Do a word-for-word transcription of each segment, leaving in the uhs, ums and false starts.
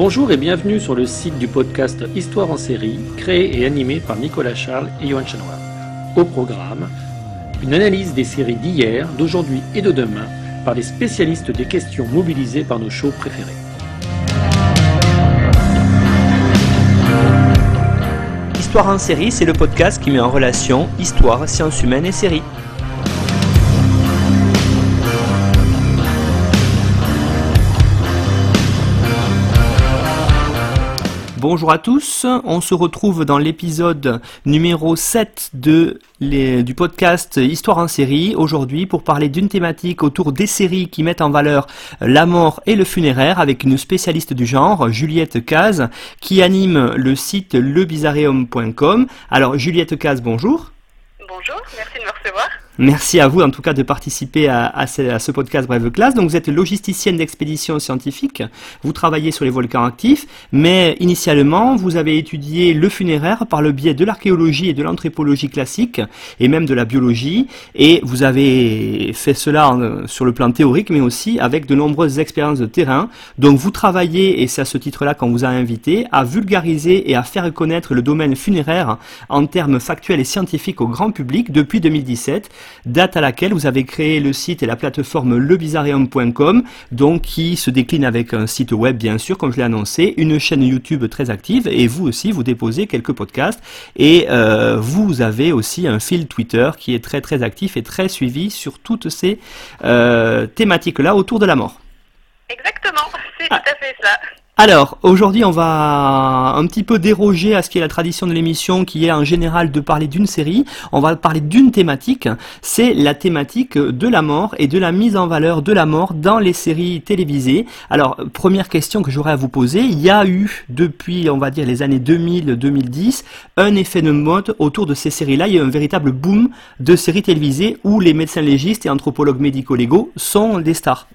Bonjour et bienvenue sur le site du podcast Histoire en série, créé et animé par Nicolas Charles et Johan Chanoir. Au programme, une analyse des séries d'hier, d'aujourd'hui et de demain par les spécialistes des questions mobilisées par nos shows préférés. Histoire en série, c'est le podcast qui met en relation histoire, sciences humaines et séries. Bonjour à tous, on se retrouve dans l'épisode numéro sept de les, du podcast Histoire en série, aujourd'hui pour parler d'une thématique autour des séries qui mettent en valeur la mort et le funéraire avec une spécialiste du genre, Juliette Caz, qui anime le site le bizarreum point com. Alors Juliette Caz, bonjour. Bonjour, merci de me recevoir. Merci à vous en tout cas de participer à, à, ce, à ce podcast Brève Classe. Donc vous êtes logisticienne d'expédition scientifique, vous travaillez sur les volcans actifs, mais initialement vous avez étudié le funéraire par le biais de l'archéologie et de l'anthropologie classique et même de la biologie, et vous avez fait cela en, sur le plan théorique mais aussi avec de nombreuses expériences de terrain. Donc vous travaillez, et c'est à ce titre-là qu'on vous a invité, à vulgariser et à faire connaître le domaine funéraire en termes factuels et scientifiques au grand public depuis deux mille dix-sept. Date à laquelle vous avez créé le site et la plateforme le bizarreum point com, donc qui se décline avec un site web bien sûr, comme je l'ai annoncé, une chaîne YouTube très active, et vous aussi vous déposez quelques podcasts, et euh, vous avez aussi un fil Twitter qui est très très actif et très suivi sur toutes ces euh, thématiques-là autour de la mort. Exactement, c'est ah. tout à fait ça. Alors, aujourd'hui, on va un petit peu déroger à ce qui est la tradition de l'émission, qui est en général de parler d'une série. On va parler d'une thématique, c'est la thématique de la mort et de la mise en valeur de la mort dans les séries télévisées. Alors, première question que j'aurais à vous poser, il y a eu, depuis, on va dire, les années deux mille à deux mille dix, un effet de mode autour de ces séries-là. Il y a eu un véritable boom de séries télévisées où les médecins légistes et anthropologues médico-légaux sont des stars.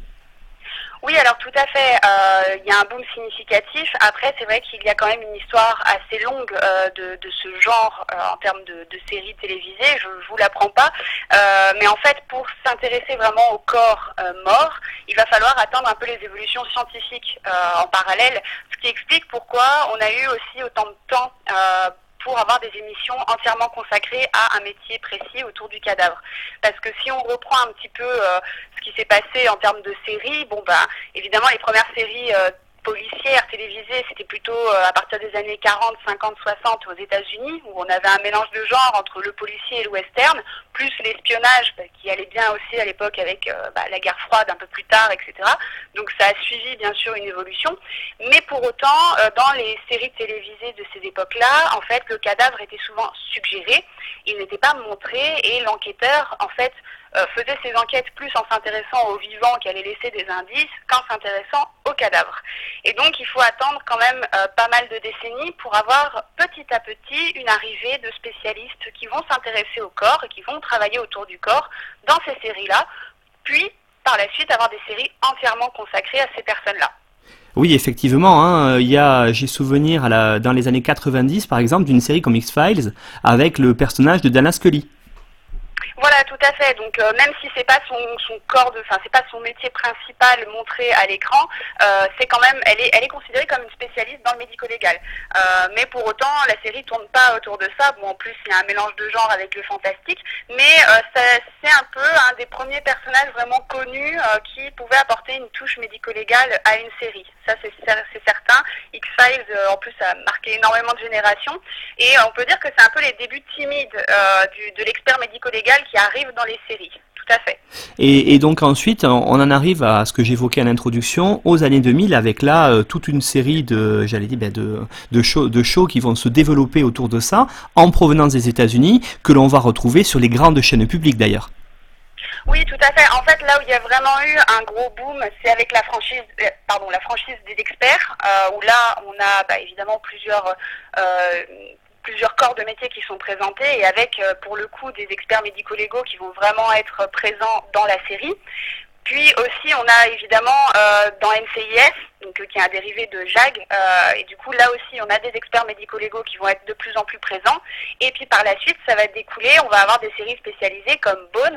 Oui, alors tout à fait, euh, il y a un boom significatif. Après, c'est vrai qu'il y a quand même une histoire assez longue euh, de, de ce genre euh, en termes de, de séries télévisées, je ne vous l'apprends pas. Euh, mais en fait, pour s'intéresser vraiment au corps euh, mort, il va falloir attendre un peu les évolutions scientifiques euh, en parallèle, ce qui explique pourquoi on a eu aussi autant de temps euh, pour avoir des émissions entièrement consacrées à un métier précis autour du cadavre. Parce que si on reprend un petit peu euh, ce qui s'est passé en termes de séries, bon bah évidemment les premières séries euh, policières télévisées, c'était plutôt euh, à partir des années quarante, cinquante, soixante aux États-Unis, où on avait un mélange de genre entre le policier et le western, plus l'espionnage bah, qui allait bien aussi à l'époque avec euh, bah, la guerre froide un peu plus tard, et cetera. Donc ça a suivi bien sûr une évolution, mais pour autant, euh, dans les séries télévisées de ces époques-là, en fait, le cadavre était souvent suggéré, il n'était pas montré, et l'enquêteur, en fait, euh, faisait ses enquêtes plus en s'intéressant aux vivants qui allaient laisser des indices qu'en s'intéressant aux cadavres. Et donc il faut attendre quand même euh, pas mal de décennies pour avoir petit à petit une arrivée de spécialistes qui vont s'intéresser au corps et qui vont travailler autour du corps dans ces séries-là, puis par la suite avoir des séries entièrement consacrées à ces personnes-là. Oui, effectivement, hein, il y a, j'ai souvenir à la, dans les années quatre-vingt-dix par exemple d'une série comme X-Files avec le personnage de Dana Scully. Voilà, tout à fait. Donc euh, même si c'est pas son, son corps de, enfin c'est pas son métier principal montré à l'écran, euh, c'est quand même, elle est, elle est considérée comme une spécialiste dans le médico-légal. Euh, mais pour autant, la série tourne pas autour de ça. Bon, en plus il y a un mélange de genre avec le fantastique, mais euh, ça, c'est un peu un des premiers personnages vraiment connus euh, qui pouvait apporter une touche médico-légale à une série. Ça c'est, c'est certain. X-Files euh, en plus a marqué énormément de générations, et euh, on peut dire que c'est un peu les débuts timides euh, du, de l'expert médico-légal qui arrive dans les séries, tout à fait. Et, et donc ensuite, on en arrive à ce que j'évoquais en introduction, aux années deux mille, avec là euh, toute une série de, j'allais dire, ben de, de, shows, de shows qui vont se développer autour de ça, en provenance des États-Unis, que l'on va retrouver sur les grandes chaînes publiques d'ailleurs. Oui, tout à fait. En fait, là où il y a vraiment eu un gros boom, c'est avec la franchise, pardon, la franchise des experts, euh, où là, on a bah, évidemment plusieurs euh, plusieurs corps de métier qui sont présentés, et avec, euh, pour le coup, des experts médico-légaux qui vont vraiment être présents dans la série. Puis aussi, on a évidemment euh, dans N C I S, donc, euh, qui est un dérivé de J A G, euh, et du coup là aussi on a des experts médico-légaux qui vont être de plus en plus présents, et puis par la suite ça va découler, on va avoir des séries spécialisées comme Bones,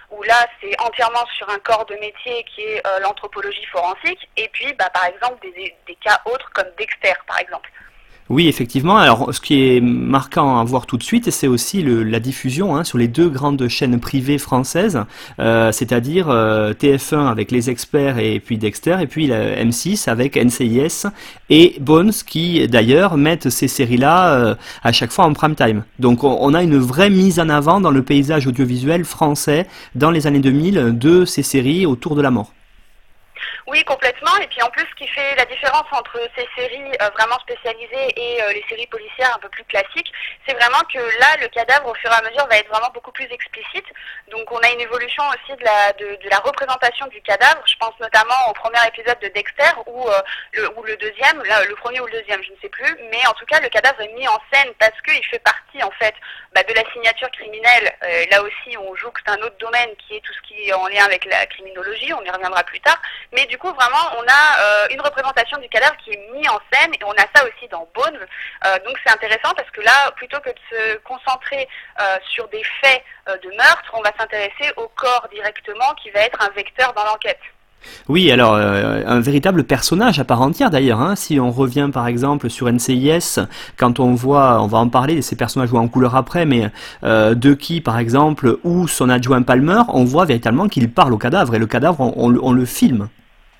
où là c'est entièrement sur un corps de métier qui est euh, l'anthropologie forensique, et puis bah, par exemple des, des cas autres comme Dexter par exemple. Oui, effectivement. Alors, ce qui est marquant à voir tout de suite, c'est aussi le, la diffusion hein, sur les deux grandes chaînes privées françaises, euh, c'est-à-dire euh, T F un avec Les Experts et puis Dexter, et puis la M six avec N C I S et Bones, qui d'ailleurs mettent ces séries-là euh, à chaque fois en prime time. Donc, on, on a une vraie mise en avant dans le paysage audiovisuel français dans les années deux mille de ces séries autour de la mort. Oui, complètement. Et puis en plus, ce qui fait la différence entre ces séries euh, vraiment spécialisées et euh, les séries policières un peu plus classiques, c'est vraiment que là, le cadavre, au fur et à mesure, va être vraiment beaucoup plus explicite. Donc on a une évolution aussi de la, de, de la représentation du cadavre. Je pense notamment au premier épisode de Dexter, ou, euh, le, ou le deuxième, là, le premier ou le deuxième, je ne sais plus. Mais en tout cas, le cadavre est mis en scène parce qu'il fait partie, en fait, bah, de la signature criminelle. Euh, là aussi, on joue que c'est un autre domaine qui est tout ce qui est en lien avec la criminologie. On y reviendra plus tard. Mais du coup, vraiment, on a euh, une représentation du cadavre qui est mise en scène, et on a ça aussi dans Bones. Euh, donc c'est intéressant parce que là, plutôt que de se concentrer euh, sur des faits euh, de meurtre, on va s'intéresser au corps directement, qui va être un vecteur dans l'enquête. Oui, alors euh, un véritable personnage à part entière d'ailleurs. Hein. Si on revient par exemple sur N C I S, quand on voit, on va en parler de ces personnages joués en couleur après, mais euh, Ducky par exemple ou son adjoint Palmer, on voit véritablement qu'il parle au cadavre et le cadavre on, on, on le filme.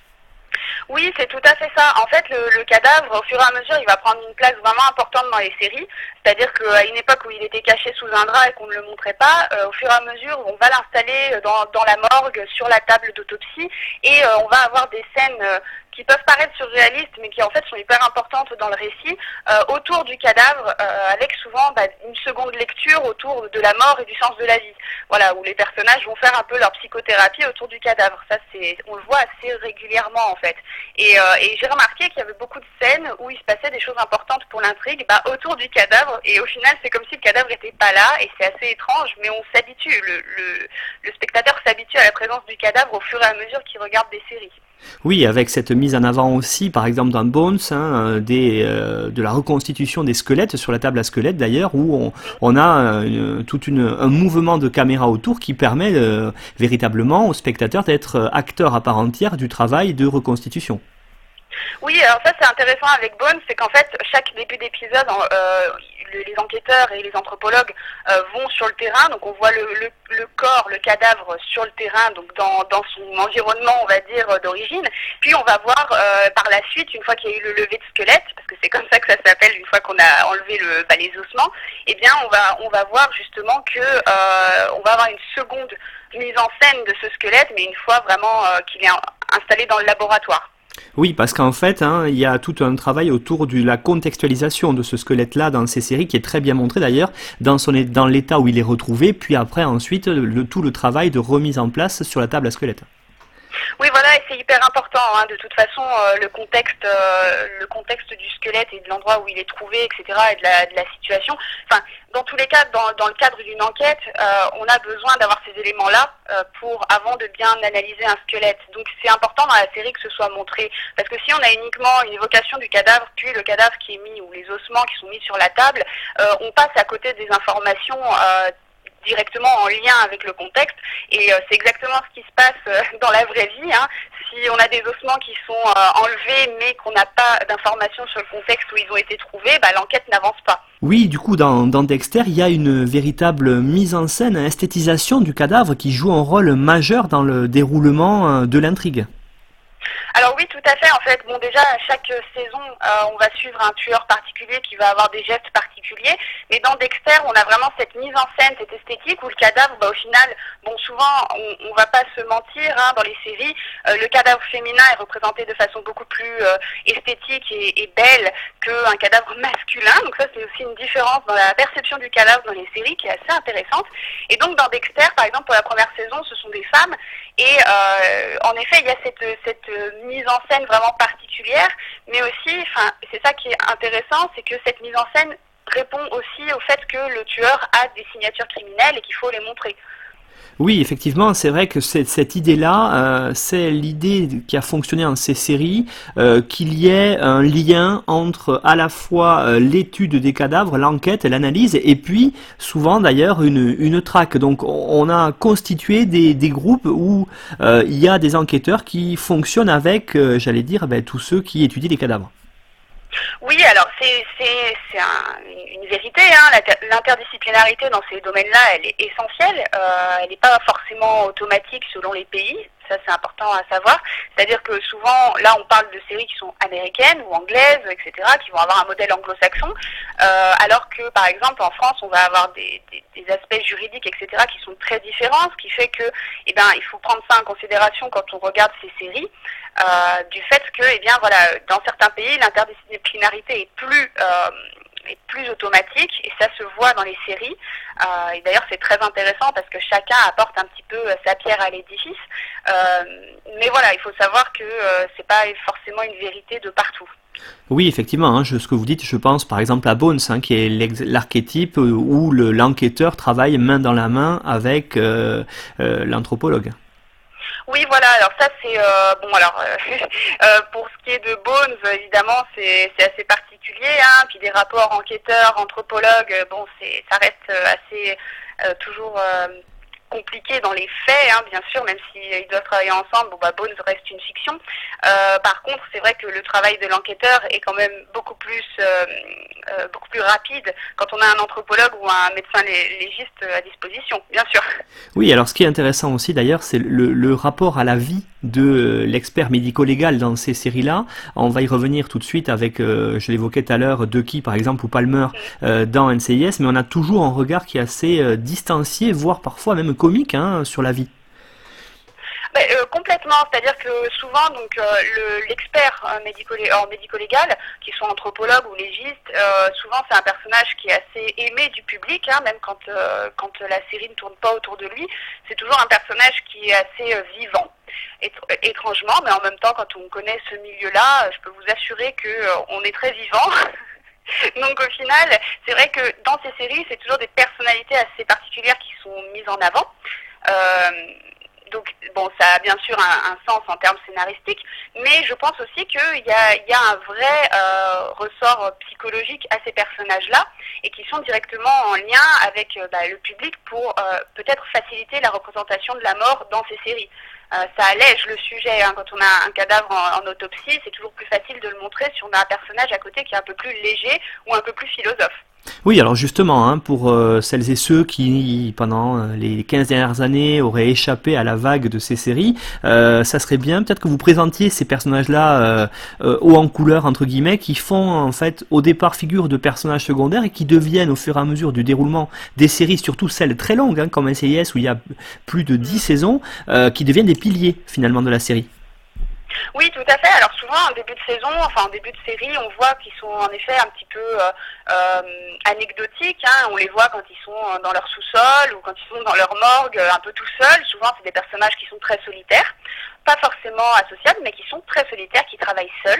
Oui, c'est tout à fait ça. En fait, le, le cadavre, au fur et à mesure, il va prendre une place vraiment importante dans les séries. C'est-à-dire qu'à une époque où il était caché sous un drap et qu'on ne le montrait pas, euh, au fur et à mesure, on va l'installer dans, dans la morgue, sur la table d'autopsie, et euh, on va avoir des scènes euh, qui peuvent paraître surréalistes, mais qui en fait sont hyper importantes dans le récit, euh, autour du cadavre, euh, avec souvent bah, une seconde lecture autour de la mort et du sens de la vie. Voilà, où les personnages vont faire un peu leur psychothérapie autour du cadavre. Ça, c'est, on le voit assez régulièrement en fait. Et, euh, et j'ai remarqué qu'il y avait beaucoup de scènes où il se passait des choses importantes pour l'intrigue, bah, autour du cadavre. Et au final, c'est comme si le cadavre n'était pas là, et c'est assez étrange, mais on s'habitue. Le, le, le spectateur s'habitue à la présence du cadavre au fur et à mesure qu'il regarde des séries. Oui, avec cette mise en avant aussi, par exemple dans Bones, hein, des, euh, de la reconstitution des squelettes sur la table à squelettes d'ailleurs, où on, on a euh, tout une, un mouvement de caméra autour qui permet euh, véritablement au spectateur d'être acteur à part entière du travail de reconstitution. Oui, alors ça c'est intéressant avec Bones, c'est qu'en fait chaque début d'épisode, euh, les enquêteurs et les anthropologues euh, vont sur le terrain, donc on voit le, le, le corps, le cadavre sur le terrain, donc dans, dans son environnement, on va dire, d'origine. Puis on va voir euh, par la suite, une fois qu'il y a eu le lever de squelette, parce que c'est comme ça que ça s'appelle, une fois qu'on a enlevé le, bah, les ossements, eh bien on va, on va voir justement que euh, on va avoir une seconde mise en scène de ce squelette, mais une fois vraiment euh, qu'il est installé dans le laboratoire. Oui, parce qu'en fait, hein, il y a tout un travail autour de la contextualisation de ce squelette-là dans ces séries, qui est très bien montré d'ailleurs, dans, son, dans l'état où il est retrouvé, puis après, ensuite, le, tout le travail de remise en place sur la table à squelette. Oui, voilà, et c'est hyper important. Hein. De toute façon, euh, le contexte, euh, le contexte du squelette et de l'endroit où il est trouvé, et cetera, et de la, de la situation. Enfin, dans tous les cas, dans, dans le cadre d'une enquête, euh, on a besoin d'avoir ces éléments-là euh, pour avant de bien analyser un squelette. Donc, c'est important dans la série que ce soit montré, parce que si on a uniquement une évocation du cadavre, puis le cadavre qui est mis ou les ossements qui sont mis sur la table, euh, on passe à côté des informations Euh, directement en lien avec le contexte, et euh, c'est exactement ce qui se passe euh, dans la vraie vie. Hein. Si on a des ossements qui sont euh, enlevés mais qu'on n'a pas d'informations sur le contexte où ils ont été trouvés, bah, l'enquête n'avance pas. Oui, du coup, dans, dans Dexter, il y a une véritable mise en scène, esthétisation du cadavre qui joue un rôle majeur dans le déroulement de l'intrigue. Alors oui, tout à fait. En fait, bon, déjà à chaque saison, euh, on va suivre un tueur particulier qui va avoir des gestes particuliers. Mais dans Dexter, on a vraiment cette mise en scène, cette esthétique où le cadavre, bah, au final, bon, souvent, on, on va pas se mentir, hein, dans les séries, euh, le cadavre féminin est représenté de façon beaucoup plus euh, esthétique et, et belle qu'un cadavre masculin. Donc ça, c'est aussi une différence dans la perception du cadavre dans les séries qui est assez intéressante. Et donc dans Dexter, par exemple, pour la première saison, ce sont des femmes. Et euh, en effet, il y a cette, cette mise en scène vraiment particulière, mais aussi, enfin, c'est ça qui est intéressant, c'est que cette mise en scène répond aussi au fait que le tueur a des signatures criminelles et qu'il faut les montrer. Oui, effectivement, c'est vrai que c'est- cette idée-là, euh, c'est l'idée qui a fonctionné en ces séries, euh, qu'il y ait un lien entre à la fois euh, l'étude des cadavres, l'enquête, l'analyse, et puis souvent d'ailleurs une, une traque. Donc on on a constitué des, des groupes où euh, il y a des enquêteurs qui fonctionnent avec, euh, j'allais dire, ben, tous ceux qui étudient les cadavres. Oui, alors c'est c'est c'est un- une une vérité, hein. L'inter- L'interdisciplinarité dans ces domaines-là, elle est essentielle. Euh, elle n'est pas forcément automatique selon les pays. Ça, c'est important à savoir. C'est-à-dire que souvent, là, on parle de séries qui sont américaines ou anglaises, et cetera, qui vont avoir un modèle anglo-saxon, euh, alors que, par exemple, en France, on va avoir des, des, des aspects juridiques, et cetera, qui sont très différents, ce qui fait que, eh ben, il faut prendre ça en considération quand on regarde ces séries, euh, du fait que, eh bien, voilà, dans certains pays, l'interdisciplinarité est plus euh, est plus automatique et ça se voit dans les séries. Euh, et d'ailleurs, c'est très intéressant parce que chacun apporte un petit peu euh, sa pierre à l'édifice. Euh, mais voilà, il faut savoir que euh, c'est pas forcément une vérité de partout. Oui, effectivement, hein, je- ce que vous dites, je pense par exemple à Bones, hein, qui est l'ex- l'archétype euh, où le- l'enquêteur travaille main dans la main avec euh, euh, l'anthropologue. Oui, voilà. Alors ça, c'est euh, bon. Alors euh, euh, pour ce qui est de Bones, évidemment, c'est c'est assez particulier. Hein. Puis des rapports enquêteurs, anthropologues, euh, bon, c'est ça reste euh, assez euh, toujours euh, compliqué dans les faits, hein, bien sûr, même s'ils doivent travailler ensemble. Bon, bah Bones reste une fiction. Euh, par contre, c'est vrai que le travail de l'enquêteur est quand même beaucoup plus euh, euh, beaucoup plus rapide quand on a un anthropologue ou un médecin lé- légiste à disposition, bien sûr. Oui, alors ce qui est intéressant aussi d'ailleurs, c'est le, le rapport à la vie de euh, l'expert médico-légal dans ces séries-là. On va y revenir tout de suite avec, euh, je l'évoquais tout à l'heure, Ducky par exemple ou Palmer euh, dans N C I S, mais on a toujours un regard qui est assez euh, distancié, voire parfois même comique, hein, sur la vie. Ben, euh, complètement, c'est-à-dire que souvent donc euh, le- l'expert euh, médico- en médico-légal, qui soit anthropologue ou légiste, euh, souvent c'est un personnage qui est assez aimé du public, hein, même quand euh, quand la série ne tourne pas autour de lui, c'est toujours un personnage qui est assez euh, vivant, étr- étrangement, mais en même temps quand on connaît ce milieu-là, euh, je peux vous assurer que euh, on est très vivant. Donc au final, c'est vrai que dans ces séries, c'est toujours des personnalités assez particulières qui sont mises en avant. Euh, donc bon, ça a bien sûr un, un sens en termes scénaristiques, mais je pense aussi qu'il y a, il y a un vrai euh, ressort psychologique à ces personnages-là et qui sont directement en lien avec euh, bah, le public pour euh, peut-être faciliter la représentation de la mort dans ces séries. Euh, ça allège le sujet, hein. Quand on a un cadavre en, en autopsie, c'est toujours plus facile de le montrer si on a un personnage à côté qui est un peu plus léger ou un peu plus philosophe. Oui, alors justement, hein, pour euh, celles et ceux qui, pendant euh, les quinze dernières années, auraient échappé à la vague de ces séries, euh, ça serait bien peut-être que vous présentiez ces personnages-là euh, euh, haut en couleur, entre guillemets, qui font en fait au départ figure de personnages secondaires et qui deviennent au fur et à mesure du déroulement des séries, surtout celles très longues, hein, comme N C I S où il y a plus de dix saisons, euh, qui deviennent des piliers finalement de la série. Oui, tout à fait. Alors souvent, en début de saison, enfin en début de série, on voit qu'ils sont en effet un petit peu euh, euh, anecdotiques. Hein. On les voit quand ils sont dans leur sous-sol ou quand ils sont dans leur morgue, un peu tout seuls. Souvent, c'est des personnages qui sont très solitaires, pas forcément associables, mais qui sont très solitaires, qui travaillent seuls.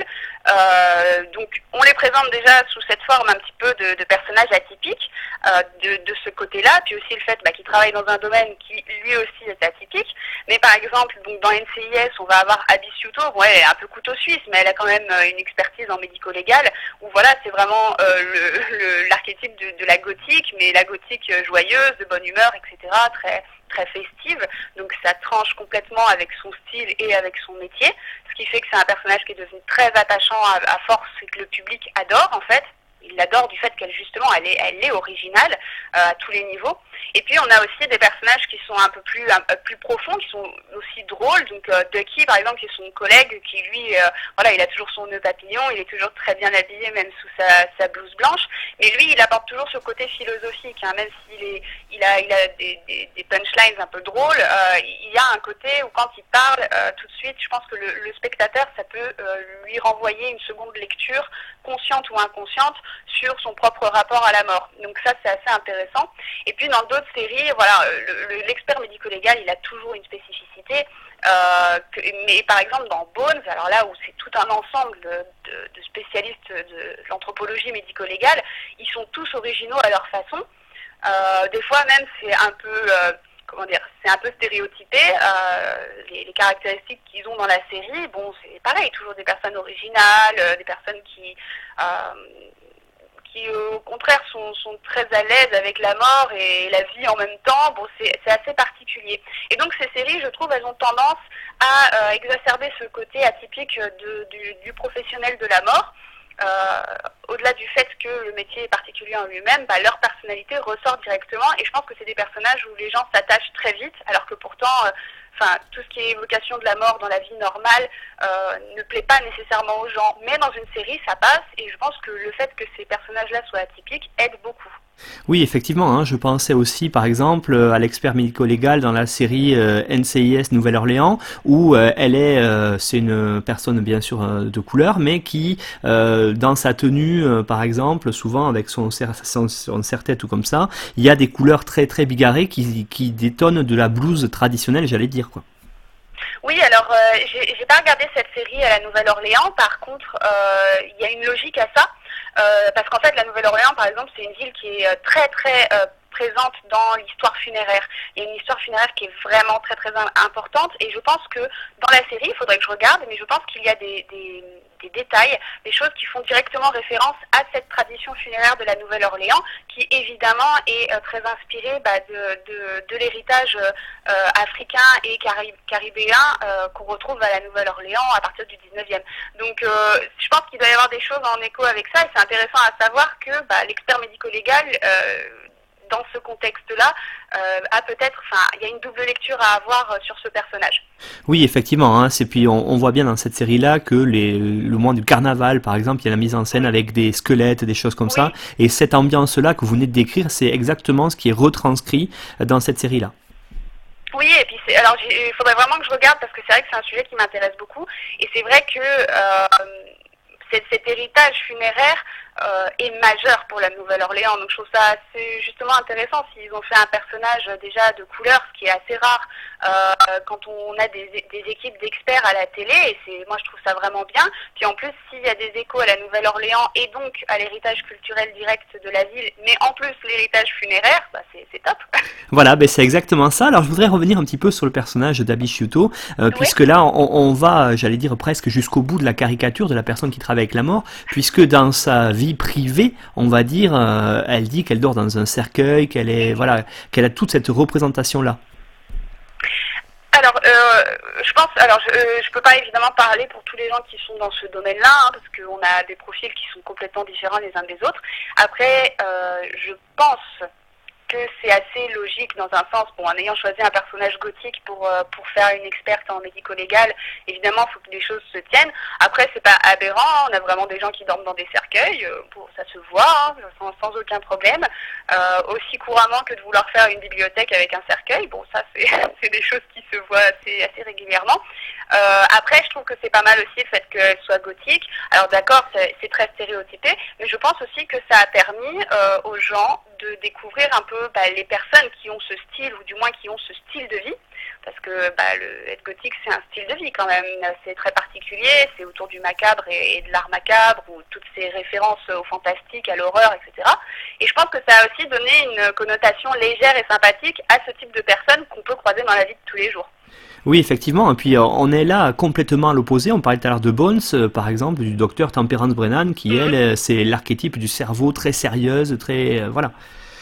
Euh, donc, on les présente déjà sous cette forme un petit peu de, de personnages atypiques euh, de, de ce côté-là, puis aussi le fait bah, qu'ils travaillent dans un domaine qui lui aussi est atypique. Mais par exemple, donc dans N C I S, on va avoir Abby Ciuto, bon, elle est un peu couteau suisse, mais elle a quand même euh, une expertise en médico-légal, où voilà, c'est vraiment euh, le, le, l'archétype de, de la gothique, mais la gothique euh, joyeuse, de bonne humeur, et cetera, très très festive, donc ça tranche complètement avec son style et avec son métier, ce qui fait que c'est un personnage qui est devenu très attachant à, à force et que le public adore en fait. Il l'adore du fait qu'elle justement elle est, elle est originale euh, à tous les niveaux. Et puis on a aussi des personnages qui sont un peu plus un peu plus profonds, qui sont aussi drôles. Donc euh, Ducky par exemple, qui est son collègue, qui lui euh, voilà, il a toujours son nœud papillon, il est toujours très bien habillé même sous sa, sa blouse blanche. Mais lui, il apporte toujours ce côté philosophique, hein, même s'il est il a il a des, des, des punchlines un peu drôles. Euh, il y a un côté où quand il parle euh, tout de suite, je pense que le, le spectateur, ça peut euh, lui renvoyer une seconde lecture, consciente ou inconsciente, sur son propre rapport à la mort. Donc ça, c'est assez intéressant. Et puis dans d'autres séries, voilà, le, le, l'expert médico-légal, il a toujours une spécificité. Euh, que, mais par exemple dans Bones, alors là où c'est tout un ensemble de, de, de spécialistes de l'anthropologie médico-légale, ils sont tous originaux à leur façon. Euh, des fois même c'est un peu euh, comment dire, c'est un peu stéréotypé. Euh, les, les caractéristiques qu'ils ont dans la série, bon, c'est pareil, toujours des personnes originales, euh, des personnes qui, euh, qui au contraire sont, sont très à l'aise avec la mort et la vie en même temps. Bon, c'est, c'est assez particulier. Et donc ces séries, je trouve, elles ont tendance à euh, exacerber ce côté atypique de, du, du professionnel de la mort. Euh, au-delà du fait que le métier est particulier en lui-même, bah, leur personnalité ressort directement, et je pense que c'est des personnages où les gens s'attachent très vite, alors que pourtant, euh, enfin, tout ce qui est évocation de la mort dans la vie normale euh, ne plaît pas nécessairement aux gens. Mais dans une série, ça passe, et je pense que le fait que ces personnages-là soient atypiques aide beaucoup. Oui, effectivement, hein, je pensais aussi par exemple à l'expert médico-légal dans la série euh, N C I S Nouvelle-Orléans, où euh, elle est, euh, c'est une personne bien sûr euh, de couleur, mais qui euh, dans sa tenue, euh, par exemple, souvent avec son, son, son serre-tête ou comme ça, il y a des couleurs très très bigarrées qui, qui détonnent de la blouse traditionnelle, j'allais dire quoi. Oui, alors euh, j'ai, j'ai pas regardé cette série à la Nouvelle-Orléans, par contre euh, il y a une logique à ça, euh, parce qu'en fait la Nouvelle-Orléans par exemple c'est une ville qui est très très euh, présente dans l'histoire funéraire. Il y a une histoire funéraire qui est vraiment très très importante, et je pense que dans la série, il faudrait que je regarde, mais je pense qu'il y a des, des, des détails, des choses qui font directement référence à cette tradition funéraire de la Nouvelle-Orléans, qui évidemment est euh, très inspirée bah, de, de, de l'héritage euh, africain et carib- caribéen euh, qu'on retrouve à la Nouvelle-Orléans à partir du dix-neuvième. Donc euh, je pense qu'il doit y avoir des choses en écho avec ça, et c'est intéressant à savoir que bah, l'expert médico-légal euh, dans ce contexte-là, euh, a peut-être, enfin, il y a une double lecture à avoir euh, sur ce personnage. Oui, effectivement, hein, c'est puis on, on voit bien dans cette série-là que les, le moment du carnaval, par exemple, il y a la mise en scène avec des squelettes, des choses comme oui. ça, et cette ambiance-là que vous venez de décrire, c'est exactement ce qui est retranscrit dans cette série-là. Oui, et puis c'est, alors il faudrait vraiment que je regarde, parce que c'est vrai que c'est un sujet qui m'intéresse beaucoup, et c'est vrai que euh, cet, cet héritage funéraire Euh, est majeur pour la Nouvelle-Orléans, donc je trouve ça assez justement intéressant s'ils ont fait un personnage déjà de couleur, ce qui est assez rare euh, quand on a des, des équipes d'experts à la télé, et c'est, moi je trouve ça vraiment bien. Puis en plus, s'il y a des échos à la Nouvelle-Orléans et donc à l'héritage culturel direct de la ville, mais en plus l'héritage funéraire, bah c'est, c'est top. Voilà, ben c'est exactement ça. Alors je voudrais revenir un petit peu sur le personnage d'Abby Sciuto, euh, oui. puisque là on, on va, j'allais dire presque jusqu'au bout de la caricature de la personne qui travaille avec la mort, puisque dans sa vie privée, on va dire, euh, elle dit qu'elle dort dans un cercueil, qu'elle est, voilà, qu'elle a toute cette représentation-là. Alors, euh, je pense, alors je, euh, je peux pas évidemment parler pour tous les gens qui sont dans ce domaine-là, hein, parce qu'on a des profils qui sont complètement différents les uns des autres. Après, euh, je pense que c'est assez logique dans un sens, bon, en ayant choisi un personnage gothique pour euh, pour faire une experte en médico-légal, évidemment, il faut que les choses se tiennent. Après, c'est pas aberrant, on a vraiment des gens qui dorment dans des cercueils, euh, pour, ça se voit, hein, sans, sans aucun problème, euh, aussi couramment que de vouloir faire une bibliothèque avec un cercueil. Bon, ça, c'est, c'est des choses qui se voient assez, assez régulièrement. Euh, après, je trouve que c'est pas mal aussi le fait qu'elle soit gothique. Alors d'accord, c'est, c'est très stéréotypé, mais je pense aussi que ça a permis euh, aux gens de découvrir un peu bah, les personnes qui ont ce style, ou du moins qui ont ce style de vie, parce que bah, le être gothique, c'est un style de vie quand même, c'est très particulier, c'est autour du macabre et, et de l'art macabre, ou toutes ces références au fantastique, à l'horreur, et cetera. Et je pense que ça a aussi donné une connotation légère et sympathique à ce type de personnes qu'on peut croiser dans la vie de tous les jours. Oui, effectivement, et puis euh, on est là complètement à l'opposé. On parlait tout à l'heure de Bones, euh, par exemple, du docteur Temperance Brennan, qui mm-hmm. elle, euh, c'est l'archétype du cerveau très sérieuse, très... Euh, voilà.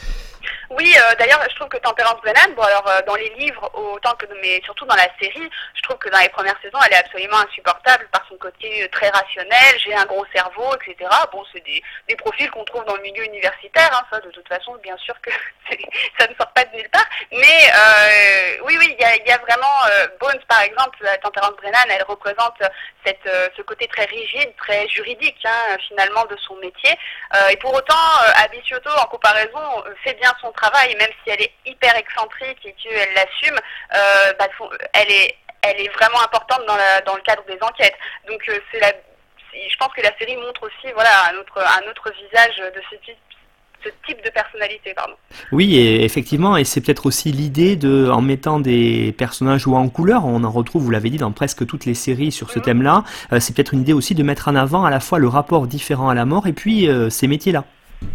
Oui, euh, d'ailleurs, je trouve que Temperance Brennan, bon alors euh, dans les livres autant que, mais surtout dans la série, je trouve que dans les premières saisons, elle est absolument insupportable par son côté très rationnel. J'ai un gros cerveau, et cetera. Bon, c'est des, des profils qu'on trouve dans le milieu universitaire, hein, ça, de toute façon, bien sûr que c'est, ça ne sort pas de nulle part. Mais euh, oui, oui, il y a, y a vraiment euh, Bones, par exemple, Temperance Brennan, elle représente cette, euh, ce côté très rigide, très juridique, hein, finalement, de son métier. Euh, et pour autant, euh, Abby Sciuto, en comparaison, fait bien son travail, même si elle est hyper excentrique et qu'elle l'assume, euh, bah, elle est, elle est vraiment importante dans, la, dans le cadre des enquêtes. Donc euh, c'est la, c'est, je pense que la série montre aussi, voilà, un autre, un autre visage de ce type, ce type de personnalité, pardon. Oui, et effectivement, et c'est peut-être aussi l'idée de, en mettant des personnages ou en couleur, on en retrouve, vous l'avez dit, dans presque toutes les séries sur ce mmh. thème-là. Euh, c'est peut-être une idée aussi de mettre en avant à la fois le rapport différent à la mort et puis euh, ces métiers-là.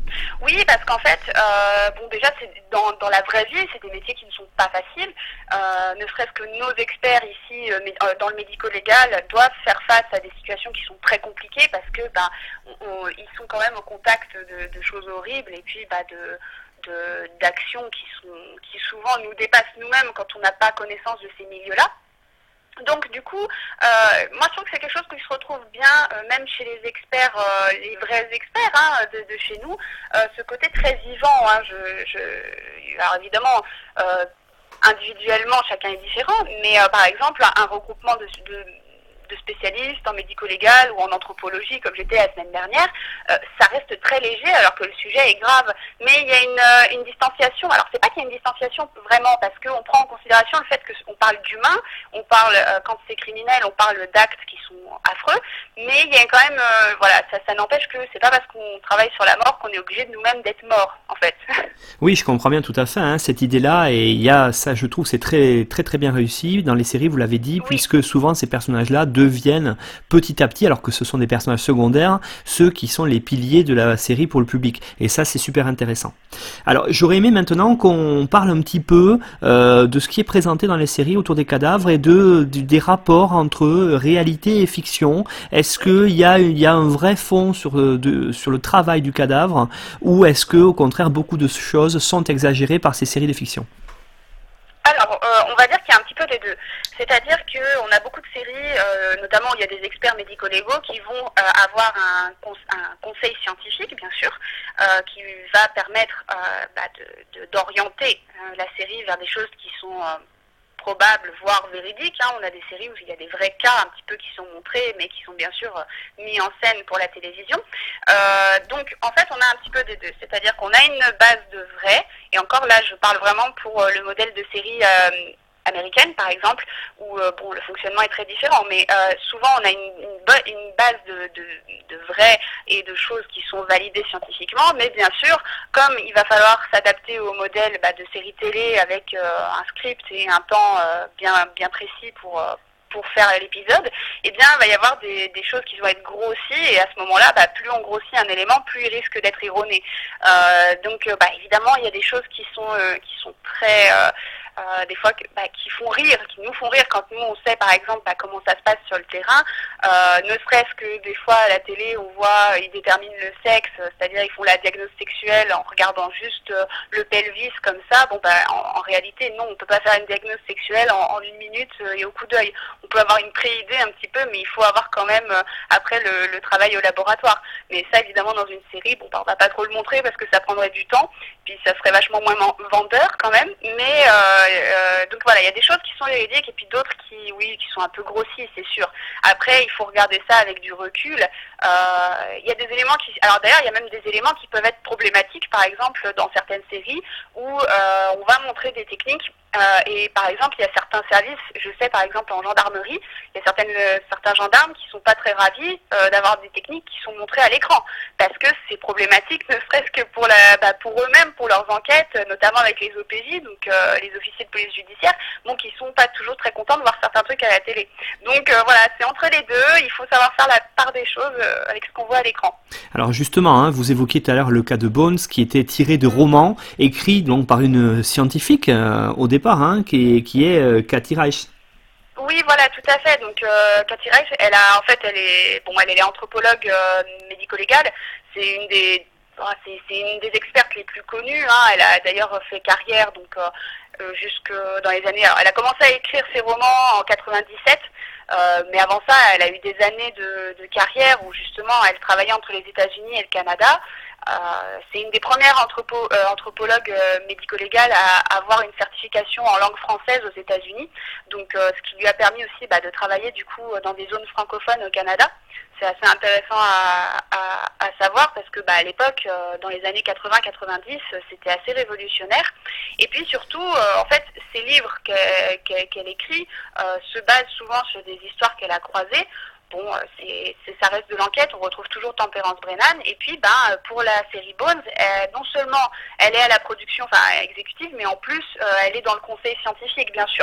Oui, parce qu'en fait, euh, bon déjà, c'est dans, dans la vraie vie, c'est des métiers qui ne sont pas faciles. Euh, ne serait-ce que nos experts ici euh, dans le médico-légal doivent faire face à des situations qui sont très compliquées parce que ben, on, on, ils sont quand même au contact de, de choses horribles et puis bah, de de, d'actions qui sont qui souvent nous dépassent nous-mêmes quand on n'a pas connaissance de ces milieux-là. Donc du coup, euh, moi je trouve que c'est quelque chose qui se retrouve bien, euh, même chez les experts, euh, les vrais experts hein, de, de chez nous, euh, ce côté très vivant. Hein, je, je, alors évidemment, euh, individuellement chacun est différent, mais euh, par exemple un regroupement de, de de spécialistes en médico-légal ou en anthropologie, comme j'étais la semaine dernière, euh, ça reste très léger alors que le sujet est grave. Mais il y a une, euh, une distanciation. Alors c'est pas qu'il y a une distanciation vraiment, parce qu'on prend en considération le fait qu'on parle d'humain, on parle, euh, quand c'est criminel, on parle d'actes qui sont affreux, mais il y a quand même, euh, voilà, ça, ça n'empêche que c'est pas parce qu'on travaille sur la mort qu'on est obligé de nous-mêmes d'être mort, en fait. Oui, je comprends bien tout à fait hein, cette idée-là, et il y a ça, je trouve, c'est très très très bien réussi dans les séries, vous l'avez dit, oui. Puisque souvent ces personnages-là deviennent petit à petit, alors que ce sont des personnages secondaires, ceux qui sont les piliers de la série pour le public. Et ça, c'est super intéressant. Alors, j'aurais aimé maintenant qu'on parle un petit peu euh, de ce qui est présenté dans les séries autour des cadavres et de, de des rapports entre réalité et fiction. Est-ce qu'il y a, il y a un vrai fond sur, de, sur le travail du cadavre, ou est-ce que, au contraire, beaucoup de choses sont exagérées par ces séries de fiction ? Alors, euh, on va dire qu'il y a un petit peu des deux. C'est-à-dire qu'on a beaucoup de séries, euh, notamment où il y a des experts médico-légaux qui vont euh, avoir un, cons- un conseil scientifique, bien sûr, euh, qui va permettre euh, bah, de, de, d'orienter euh, la série vers des choses qui sont euh, probables, voire véridiques. Hein. On a des séries où il y a des vrais cas un petit peu qui sont montrés, mais qui sont bien sûr euh, mis en scène pour la télévision. Euh, donc, en fait, on a un petit peu des deux. C'est-à-dire qu'on a une base de vrai, et encore là, je parle vraiment pour euh, le modèle de série euh, américaine, par exemple, où euh, bon, le fonctionnement est très différent, mais euh, souvent on a une, une, bo- une base de, de, de vrais et de choses qui sont validées scientifiquement, mais bien sûr, comme il va falloir s'adapter au modèle bah, de série télé avec euh, un script et un temps euh, bien, bien précis pour... Euh, pour faire l'épisode, eh bien, il va y avoir des, des choses qui vont être grossies, et à ce moment-là, bah, plus on grossit un élément, plus il risque d'être erroné. Euh, donc, bah, évidemment, il y a des choses qui sont, euh, qui sont très... Euh, Euh, des fois que, bah, qui font rire, qui nous font rire quand nous on sait par exemple bah, comment ça se passe sur le terrain, euh, ne serait-ce que des fois à la télé on voit ils déterminent le sexe, c'est-à-dire ils font la diagnose sexuelle en regardant juste euh, le pelvis comme ça. Bon bah en, en réalité non, on peut pas faire une diagnose sexuelle en, en une minute euh, et au coup d'œil. On peut avoir une pré-idée un petit peu, mais il faut avoir quand même euh, après le, le travail au laboratoire. Mais ça évidemment dans une série, bon bah on va pas trop le montrer parce que ça prendrait du temps, puis ça serait vachement moins vendeur quand même, mais euh, Euh, donc voilà, il y a des choses qui sont véridiques et puis d'autres qui, oui, qui sont un peu grossies, c'est sûr. Après, il faut regarder ça avec du recul. Euh, il y a des éléments qui, alors d'ailleurs, il y a même des éléments qui peuvent être problématiques, par exemple dans certaines séries où euh, on va montrer des techniques. Euh, et par exemple, il y a certains services, je sais par exemple en gendarmerie, il y a certaines, euh, certains gendarmes qui sont pas très ravis euh, d'avoir des techniques qui sont montrées à l'écran, parce que c'est problématique, ne serait-ce que pour la, bah, pour eux-mêmes, pour leurs enquêtes, notamment avec les O P J, donc euh, les officiers de police judiciaire, donc ils sont pas toujours très contents de voir certains trucs à la télé. Donc euh, voilà, c'est entre les deux, il faut savoir faire la part des choses euh, avec ce qu'on voit à l'écran. Alors justement, hein, vous évoquiez tout à l'heure le cas de Bones, qui était tiré de romans écrits donc par une scientifique euh, au départ. Hein, qui est, qui est euh, Kathy Reich. Oui, voilà, tout à fait. Donc, euh, Kathy Reich, elle a, en fait, elle est, bon, elle est anthropologue euh, médico-légale. C'est une des, oh, c'est, c'est une des expertes les plus connues. Hein. Elle a d'ailleurs fait carrière, donc euh, euh, jusque dans les années. Alors, elle a commencé à écrire ses romans en quatre-vingt-dix-sept, euh, mais avant ça, elle a eu des années de, de carrière où justement, elle travaillait entre les États-Unis et le Canada. Euh, c'est une des premières anthropo, euh, anthropologues euh, médico-légales à, à avoir une certification en langue française aux États-Unis, donc euh, ce qui lui a permis aussi bah, de travailler du coup dans des zones francophones au Canada. C'est assez intéressant à, à, à savoir parce que bah, à l'époque, euh, dans les années quatre-vingts quatre-vingt-dix, c'était assez révolutionnaire. Et puis surtout, euh, en fait, ces livres qu'elle, qu'elle, qu'elle écrit euh, se basent souvent sur des histoires qu'elle a croisées. Bon, c'est, c'est, ça reste de l'enquête, on retrouve toujours Temperance Brennan. Et puis, ben, pour la série Bones, elle, non seulement elle est à la production, enfin exécutive, mais en plus, euh, elle est dans le conseil scientifique, bien sûr.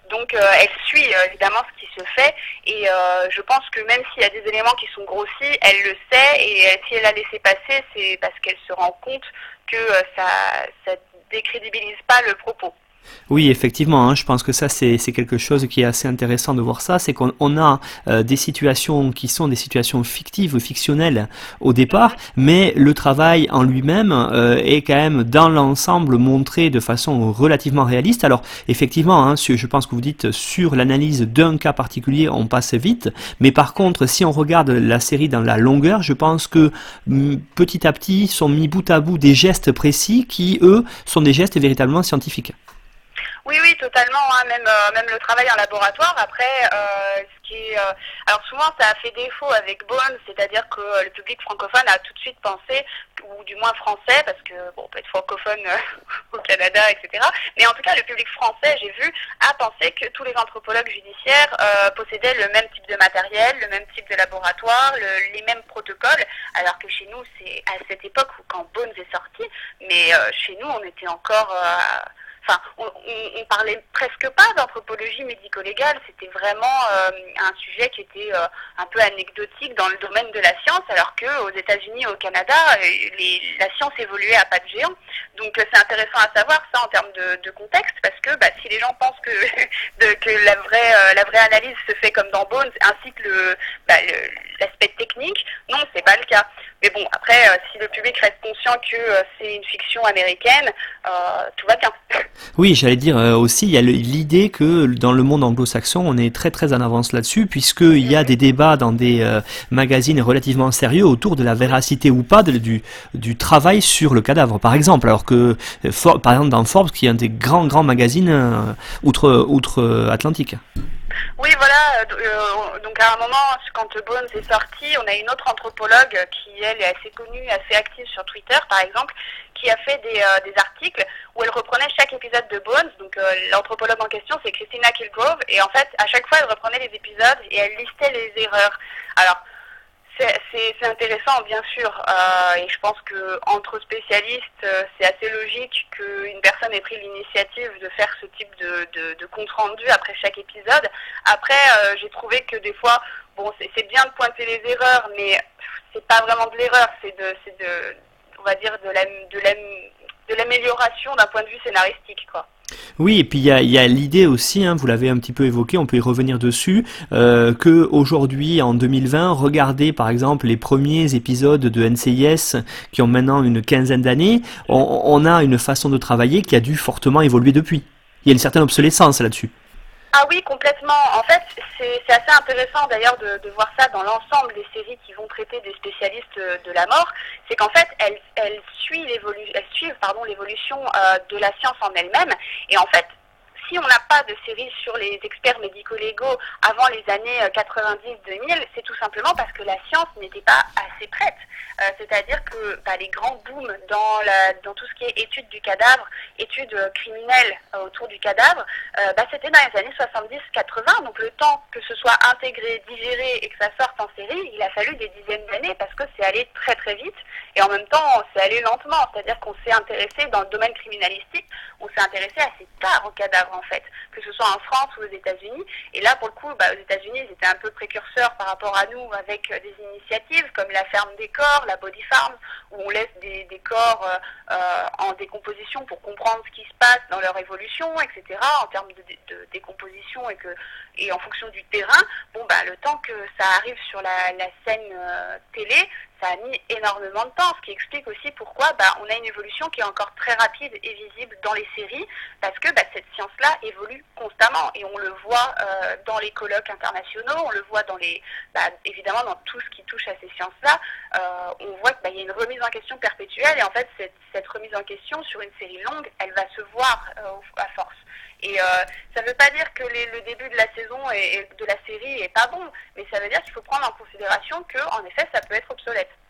Donc euh, elle suit euh, évidemment ce qui se fait et euh, je pense que même s'il y a des éléments qui sont grossis, elle le sait et euh, si elle a laissé passer, c'est parce qu'elle se rend compte que euh, ça ça décrédibilise pas le propos. Oui, effectivement, hein, je pense que ça c'est c'est quelque chose qui est assez intéressant de voir ça, c'est qu'on on a euh, des situations qui sont des situations fictives, fictionnelles au départ, mais le travail en lui-même euh, est quand même dans l'ensemble montré de façon relativement réaliste. Alors effectivement, hein, je pense que vous dites sur l'analyse d'un cas particulier, on passe vite, mais par contre, si on regarde la série dans la longueur, je pense que petit à petit sont mis bout à bout des gestes précis qui, eux, sont des gestes véritablement scientifiques. Oui, oui, totalement. Hein, même, euh, même le travail en laboratoire. Après, euh, ce qui est, euh, alors souvent, ça a fait défaut avec Bones, c'est-à-dire que euh, le public francophone a tout de suite pensé, ou du moins français, parce que bon, on peut être francophone euh, au Canada, et cetera. Mais en tout cas, le public français, j'ai vu, a pensé que tous les anthropologues judiciaires euh, possédaient le même type de matériel, le même type de laboratoire, le, les mêmes protocoles, alors que chez nous, c'est à cette époque où quand Bones est sorti, mais euh, chez nous, on était encore euh, Enfin, on, on, on parlait presque pas d'anthropologie médico-légale, c'était vraiment euh, un sujet qui était euh, un peu anecdotique dans le domaine de la science, alors qu'aux États-Unis et au Canada, les, la science évoluait à pas de géant. Donc euh, c'est intéressant à savoir ça en termes de, de contexte, parce que bah, si les gens pensent que, de, que la, vraie, euh, la vraie analyse se fait comme dans Bones, ainsi que le, bah, le, l'aspect technique, non, c'est pas le cas. Mais bon, après, euh, si le public reste conscient que euh, c'est une fiction américaine, euh, tout va bien. Oui, j'allais dire euh, aussi, il y a le- l'idée que dans le monde anglo-saxon, on est très très en avance là-dessus, puisqu'il y a des débats dans des euh, magazines relativement sérieux autour de la véracité ou pas de- du, du travail sur le cadavre, par exemple. Alors que, euh, For- par exemple, dans Forbes, qui est un des grands grands magazines euh, outre outre euh, Atlantique. Oui, voilà. Euh, donc à un moment, quand Bones est sorti, on a une autre anthropologue qui, elle, est assez connue, assez active sur Twitter, par exemple, qui a fait des, euh, des articles où elle reprenait chaque épisode de Bones. Donc euh, l'anthropologue en question, c'est Christina Kilgrove, et en fait, à chaque fois, elle reprenait les épisodes et elle listait les erreurs. Alors, c'est, c'est, c'est intéressant, bien sûr, euh, et je pense que entre spécialistes, euh, c'est assez logique qu'une personne ait pris l'initiative de faire ce type de, de, de compte rendu après chaque épisode. Après, euh, j'ai trouvé que des fois, bon, c'est, c'est bien de pointer les erreurs, mais c'est pas vraiment de l'erreur, c'est de, c'est de, on va dire, de la, de la, de l'amélioration d'un point de vue scénaristique, quoi. Oui, et puis il y a, il y a l'idée aussi, hein, vous l'avez un petit peu évoqué, on peut y revenir dessus, euh, que aujourd'hui, en deux mille vingt, regardez par exemple les premiers épisodes de N C I S qui ont maintenant une quinzaine d'années, on, on a une façon de travailler qui a dû fortement évoluer depuis. Il y a une certaine obsolescence là-dessus. Ah oui, complètement. En fait, c'est, c'est assez intéressant d'ailleurs de, de voir ça dans l'ensemble des séries qui vont traiter des spécialistes de la mort. C'est qu'en fait, elles, elles suivent l'évolution, elles suivent, pardon, l'évolution euh, de la science en elle-même. Et en fait, si on n'a pas de série sur les experts médico-légaux avant les années quatre-vingt-dix deux mille, c'est tout simplement parce que la science n'était pas assez prête. Euh, c'est-à-dire que bah, les grands booms dans, la, dans tout ce qui est études du cadavre, études euh, criminelles euh, autour du cadavre, euh, bah, c'était dans les années soixante-dix quatre-vingts. Donc le temps que ce soit intégré, digéré et que ça sorte en série, il a fallu des dizaines d'années parce que c'est allé très très vite et en même temps c'est allé lentement. C'est-à-dire qu'on s'est intéressé dans le domaine criminalistique, on s'est intéressé assez tard au cadavre en fait, que ce soit en France ou aux États-Unis. Et là pour le coup, bah, aux États-Unis ils étaient un peu précurseurs par rapport à nous avec euh, des initiatives comme la ferme des corps, la Body Farm, où on laisse des, des corps euh, euh, en décomposition pour comprendre ce qui se passe dans leur évolution, et cetera, en termes de, de, de décomposition et, que, et en fonction du terrain. Bon, bah, le temps que ça arrive sur la, la scène euh, télé, ça a mis énormément de temps, ce qui explique aussi pourquoi bah, on a une évolution qui est encore très rapide et visible dans les séries, parce que bah, cette science-là évolue constamment et on le voit euh, dans les colloques internationaux, on le voit dans les, bah, évidemment dans tout ce qui touche à ces sciences-là. Euh, on voit qu'il bah, y a une remise en question perpétuelle et en fait cette, cette remise en question sur une série longue, elle va se voir euh, à force. Et euh, ça ne veut pas dire que les, le début de la saison et, et de la série est pas bon, mais ça veut dire qu'il faut prendre en considération que, en effet, ça peut être obsolète.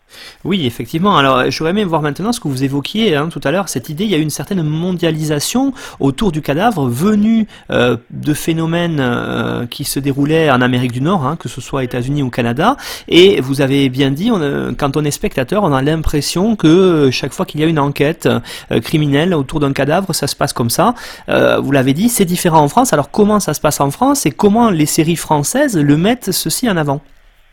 Oui, effectivement. Alors, j'aurais aimé voir maintenant ce que vous évoquiez hein, tout à l'heure, cette idée, il y a une certaine mondialisation autour du cadavre venu euh, de phénomènes euh, qui se déroulaient en Amérique du Nord, hein, que ce soit États-Unis ou Canada. Et vous avez bien dit, on a, quand on est spectateur, on a l'impression que chaque fois qu'il y a une enquête euh, criminelle autour d'un cadavre, ça se passe comme ça. Euh, vous l'avez dit, c'est différent en France. Alors, comment ça se passe en France et comment les séries françaises le mettent ceci en avant ?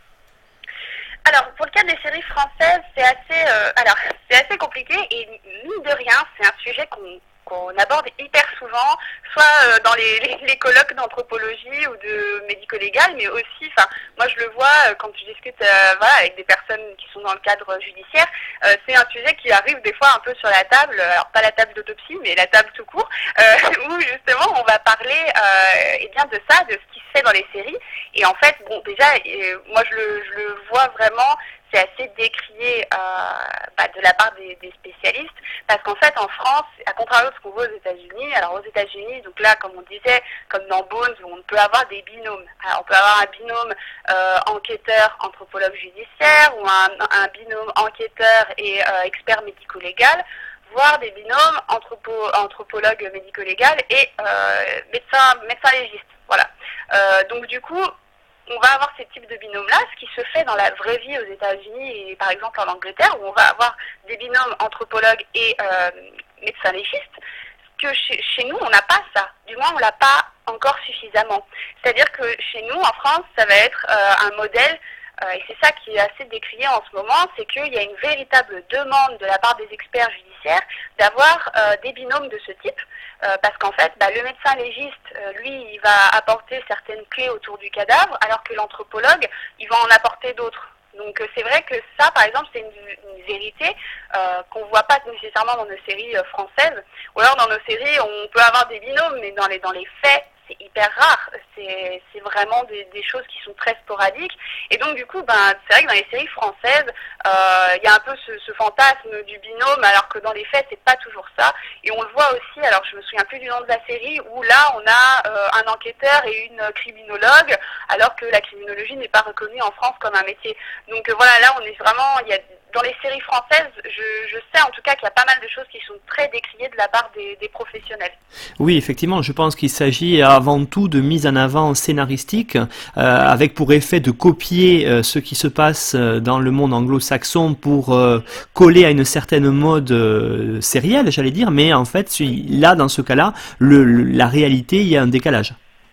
Alors, pour le cas des séries françaises, c'est assez, euh, alors, c'est assez compliqué et mine de rien, c'est un sujet qu'on qu'on aborde hyper souvent, soit euh, dans les, les, les colloques d'anthropologie ou de médico-légal, mais aussi, enfin, moi je le vois euh, quand je discute euh, voilà, avec des personnes qui sont dans le cadre judiciaire, euh, c'est un sujet qui arrive des fois un peu sur la table, alors pas la table d'autopsie, mais la table tout court, euh, où justement on va parler euh, eh bien de ça, de ce qui se fait dans les séries, et en fait, bon, déjà, euh, moi je le, je le vois vraiment, c'est assez décrié euh, bah, de la part des, des spécialistes, parce qu'en fait, en France, à contrario de ce qu'on voit aux États-Unis, alors aux États-Unis, donc là, comme on disait, comme dans Bones, on peut avoir des binômes. Alors, on peut avoir un binôme euh, enquêteur, anthropologue judiciaire, ou un, un binôme enquêteur et euh, expert médico-légal, voire des binômes anthropo, anthropologue médico-légal et euh, médecin, médecin légiste. Voilà. Euh, donc du coup, on va avoir ces types de binômes-là, ce qui se fait dans la vraie vie aux États-Unis et par exemple en Angleterre, où on va avoir des binômes anthropologues et euh, médecins légistes, que chez, chez nous, on n'a pas ça. Du moins, on l'a pas encore suffisamment. C'est-à-dire que chez nous, en France, ça va être euh, un modèle, euh, et c'est ça qui est assez décrié en ce moment, c'est qu'il y a une véritable demande de la part des experts judiciaires d'avoir euh, des binômes de ce type. Euh, parce qu'en fait, bah, le médecin légiste, euh, lui, il va apporter certaines clés autour du cadavre, alors que l'anthropologue, il va en apporter d'autres. Donc euh, c'est vrai que ça, par exemple, c'est une, une vérité euh, qu'on ne voit pas nécessairement dans nos séries euh, françaises. Ou alors dans nos séries, on peut avoir des binômes, mais dans les, dans les faits, c'est hyper rare. C'est, c'est vraiment des, des choses qui sont très sporadiques. Et donc du coup, ben, c'est vrai que dans les séries françaises, il euh, y a un peu ce, ce fantasme du binôme, alors que dans les faits, c'est pas toujours ça. Et on le voit aussi, alors je me souviens plus du nom de la série, où là, on a euh, un enquêteur et une criminologue, alors que la criminologie n'est pas reconnue en France comme un métier. Donc euh, voilà, là, on est vraiment, il y a dans les séries françaises, je, je sais en tout cas qu'il y a pas mal de choses qui sont très décriées de la part des, des professionnels. Oui, effectivement, je pense qu'il s'agit avant tout de mise en avant scénaristique, euh, avec pour effet de copier euh, ce qui se passe dans le monde anglo-saxon pour euh, coller à une certaine mode euh, sérielle, j'allais dire, mais en fait, là, dans ce cas-là, le, le, la réalité, il y a un décalage.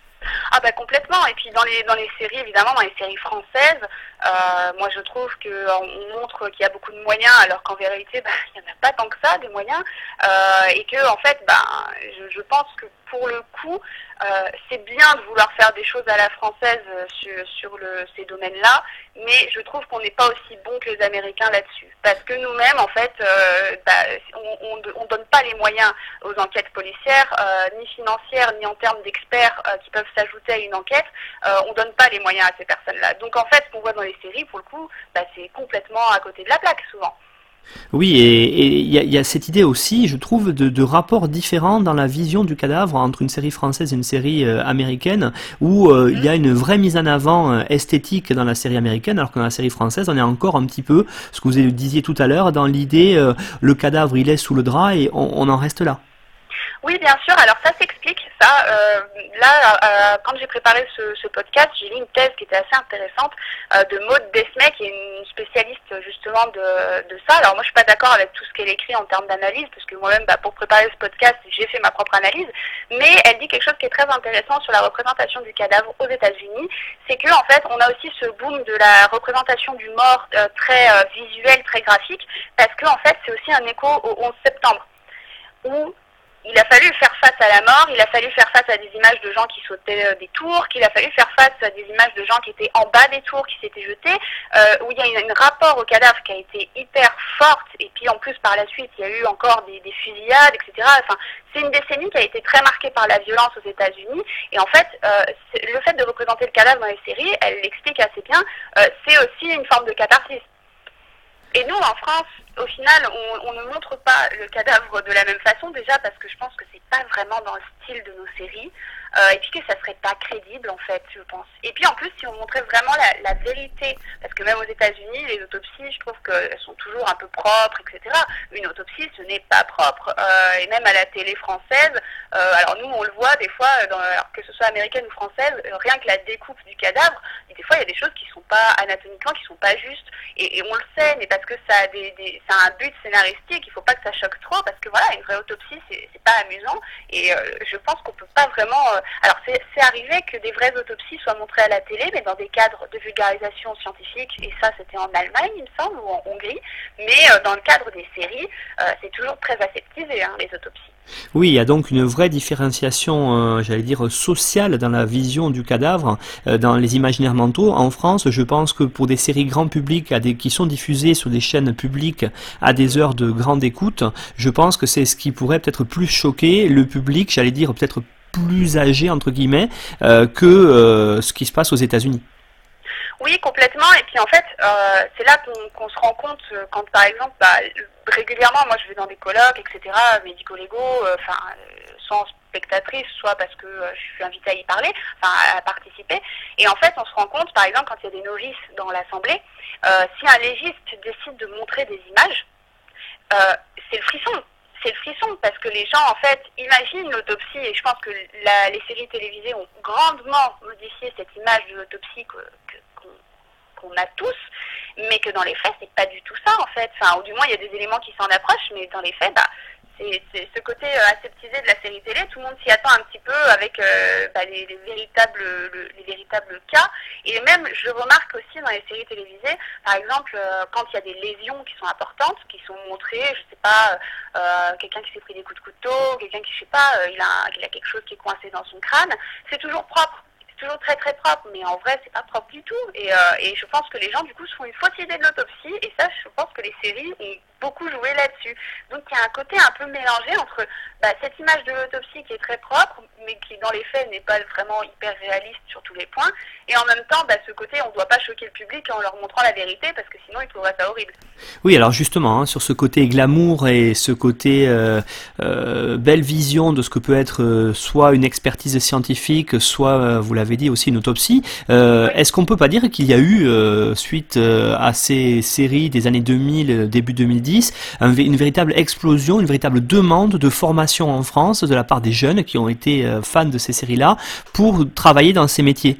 Ah bah complètement, et puis dans les dans les séries, évidemment, dans les séries françaises, euh, moi je trouve qu'on montre qu'il y a beaucoup de moyens, alors qu'en vérité, bah, il n'y en a pas tant que ça, des moyens, euh, et que en fait, bah, je, je pense que pour le coup, euh, c'est bien de vouloir faire des choses à la française sur, sur le, ces domaines-là, mais je trouve qu'on n'est pas aussi bon que les Américains là-dessus. Parce que nous-mêmes, en fait, euh, bah, on ne donne pas les moyens aux enquêtes policières, euh, ni financières, ni en termes d'experts euh, qui peuvent s'ajouter à une enquête. Euh, on ne donne pas les moyens à ces personnes-là. Donc en fait, ce qu'on voit dans les séries, pour le coup, bah, c'est complètement à côté de la plaque, souvent. Oui, et il y, y a cette idée aussi, je trouve, de, de rapports différents dans la vision du cadavre entre une série française et une série euh, américaine, où euh, il y a une vraie mise en avant euh, esthétique dans la série américaine, alors que dans la série française, on est encore un petit peu, ce que vous disiez tout à l'heure, dans l'idée, euh, le cadavre, il est sous le drap et on, on en reste là. Oui, bien sûr. Alors ça s'explique. Ça, euh, là, euh, quand j'ai préparé ce, ce podcast, j'ai lu une thèse qui était assez intéressante euh, de Maud Desmet, qui est une spécialiste justement de, de ça. Alors moi, je suis pas d'accord avec tout ce qu'elle écrit en termes d'analyse, parce que moi-même, bah, pour préparer ce podcast, j'ai fait ma propre analyse. Mais elle dit quelque chose qui est très intéressant sur la représentation du cadavre aux États-Unis, c'est que en fait, on a aussi ce boom de la représentation du mort euh, très euh, visuel, très graphique, parce que en fait, c'est aussi un écho au onze septembre, où il a fallu faire face à la mort, il a fallu faire face à des images de gens qui sautaient des tours, qu'il a fallu faire face à des images de gens qui étaient en bas des tours, qui s'étaient jetés, euh, où il y a un rapport au cadavre qui a été hyper forte, et puis en plus par la suite il y a eu encore des, des fusillades, et cetera. Enfin, c'est une décennie qui a été très marquée par la violence aux États-Unis, et en fait, euh, le fait de représenter le cadavre dans les séries, elle l'explique assez bien, euh, c'est aussi une forme de catharsis. Et nous, en France, au final, on, on ne montre pas le cadavre de la même façon, déjà parce que je pense que c'est pas vraiment dans le style de nos séries, euh, et puis que ça serait pas crédible, en fait, je pense. Et puis en plus, si on montrait vraiment la, la vérité, parce que même aux États-Unis, les autopsies, je trouve qu'elles sont toujours un peu propres, et cetera. Une autopsie, ce n'est pas propre. Euh, et même à la télé française, euh, alors nous, on le voit des fois, dans, alors que ce soit américaine ou française, euh, rien que la découpe du cadavre, et des fois, il y a des choses qui sont pas anatomiquement, qui sont pas justes. Et, et on le sait, mais parce que ça a, des, des, ça a un but scénaristique, il faut pas que ça choque trop, parce que voilà, une vraie autopsie, c'est, c'est pas amusant. Et euh, je pense qu'on peut pas vraiment... Euh, alors, c'est, c'est arrivé que des vraies autopsies soient montrées à la télé, mais dans des cadres de vulgarisation scientifique, et ça, c'était en Allemagne, il me semble, ou en Hongrie. Mais euh, dans le cadre des séries, euh, c'est toujours très aseptisé, hein, les autopsies. Oui, il y a donc une vraie différenciation, euh, j'allais dire, sociale dans la vision du cadavre, euh, dans les imaginaires mentaux. En France, je pense que pour des séries grand public à des, qui sont diffusées sur des chaînes publiques à des heures de grande écoute, je pense que c'est ce qui pourrait peut-être plus choquer le public, j'allais dire peut-être plus âgé, entre guillemets, euh, que euh, ce qui se passe aux États-Unis. Oui, complètement. Et puis en fait, euh, c'est là qu'on, qu'on se rend compte euh, quand, par exemple, bah, régulièrement, moi je vais dans des colloques, et cetera, médico-légaux, enfin, euh, sans spectatrice, soit parce que euh, je suis invitée à y parler, enfin, à, à participer. Et en fait, on se rend compte, par exemple, quand il y a des novices dans l'assemblée, euh, si un légiste décide de montrer des images, euh, c'est le frisson. C'est le frisson, parce que les gens, en fait, imaginent l'autopsie, et je pense que la, les séries télévisées ont grandement modifié cette image de l'autopsie que, que, qu'on, qu'on a tous, mais que dans les faits, c'est pas du tout ça, en fait. Enfin, ou du moins, il y a des éléments qui s'en approchent, mais dans les faits, bah, c'est, c'est ce côté euh, aseptisé de la série télé, tout le monde s'y attend un petit peu avec euh, bah, les, les, véritables, le, les véritables cas. Et même, je remarque aussi dans les séries télévisées, par exemple, euh, quand il y a des lésions qui sont importantes, qui sont montrées, je sais pas, euh, quelqu'un qui s'est pris des coups de couteau, quelqu'un qui, je sais pas, euh, il, a, il a quelque chose qui est coincé dans son crâne, c'est toujours propre. C'est toujours très très propre, mais en vrai c'est pas propre du tout. Et, euh, et je pense que les gens du coup se font une fausse idée de l'autopsie, et ça je pense que les séries ont beaucoup joué là-dessus. Donc il y a un côté un peu mélangé entre bah, cette image de l'autopsie qui est très propre, mais qui dans les faits n'est pas vraiment hyper réaliste sur tous les points, et en même temps bah, ce côté on ne doit pas choquer le public en leur montrant la vérité, parce que sinon ils trouveraient ça horrible. Oui, alors justement, hein, sur ce côté glamour et ce côté euh, euh, belle vision de ce que peut être euh, soit une expertise scientifique, soit, euh, vous l'avez dit, aussi une autopsie, euh, Oui. est-ce qu'on peut pas dire qu'il y a eu, euh, suite euh, à ces séries des années deux mille, début deux mille dix, un, une véritable explosion, une véritable demande de formation en France de la part des jeunes qui ont été euh, fans de ces séries-là pour travailler dans ces métiers?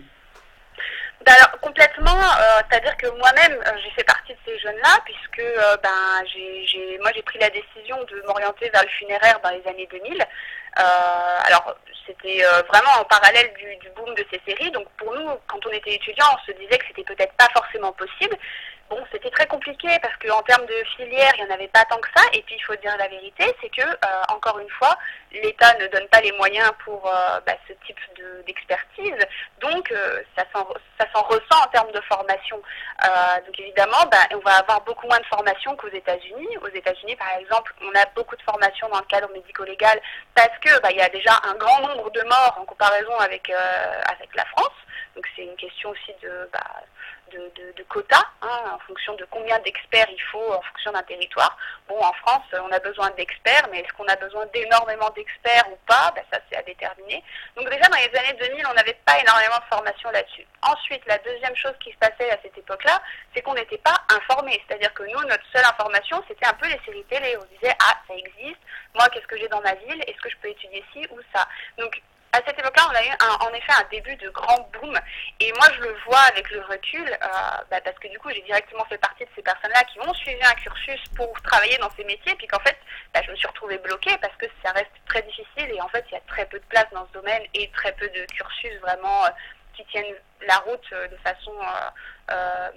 Alors complètement, euh, c'est-à-dire que moi-même euh, j'ai fait partie de ces jeunes-là, puisque euh, ben j'ai, j'ai, moi j'ai pris la décision de m'orienter vers le funéraire dans les années deux mille. Euh, alors c'était euh, vraiment en parallèle du, du boom de ces séries, donc pour nous quand on était étudiants on se disait que c'était peut-être pas forcément possible. Bon, c'était très compliqué parce qu'en termes de filière, il n'y en avait pas tant que ça. Et puis, il faut dire la vérité, c'est que, euh, encore une fois, l'État ne donne pas les moyens pour euh, bah, ce type de, d'expertise. Donc, euh, ça, s'en, ça s'en ressent en termes de formation. Euh, donc, évidemment, bah, on va avoir beaucoup moins de formation qu'aux États-Unis. Aux États-Unis, par exemple, on a beaucoup de formation dans le cadre médico-légal parce que bah, il y a déjà un grand nombre de morts en comparaison avec, euh, avec la France. Donc, c'est une question aussi de... Bah, De, de, de quotas, hein, en fonction de combien d'experts il faut en fonction d'un territoire. Bon, en France, on a besoin d'experts, mais est-ce qu'on a besoin d'énormément d'experts ou pas? Ben, ça, c'est à déterminer. Donc déjà, dans les années deux mille, on n'avait pas énormément de formation là-dessus. Ensuite, la deuxième chose qui se passait à cette époque-là, c'est qu'on n'était pas informés. C'est-à-dire que nous, notre seule information, c'était un peu les séries télé. On disait, ah, ça existe, moi, qu'est-ce que j'ai dans ma ville? Est-ce que je peux étudier ci ou ça? Donc, à cette époque-là, on a eu un, en effet un début de grand boom. Et moi, je le vois avec le recul, euh, bah, parce que du coup, j'ai directement fait partie de ces personnes-là qui ont suivi un cursus pour travailler dans ces métiers, puis qu'en fait, bah, je me suis retrouvée bloquée parce que ça reste très difficile. Et en fait, il y a très peu de place dans ce domaine et très peu de cursus vraiment euh, qui tiennent la route euh, de façon... Euh, euh,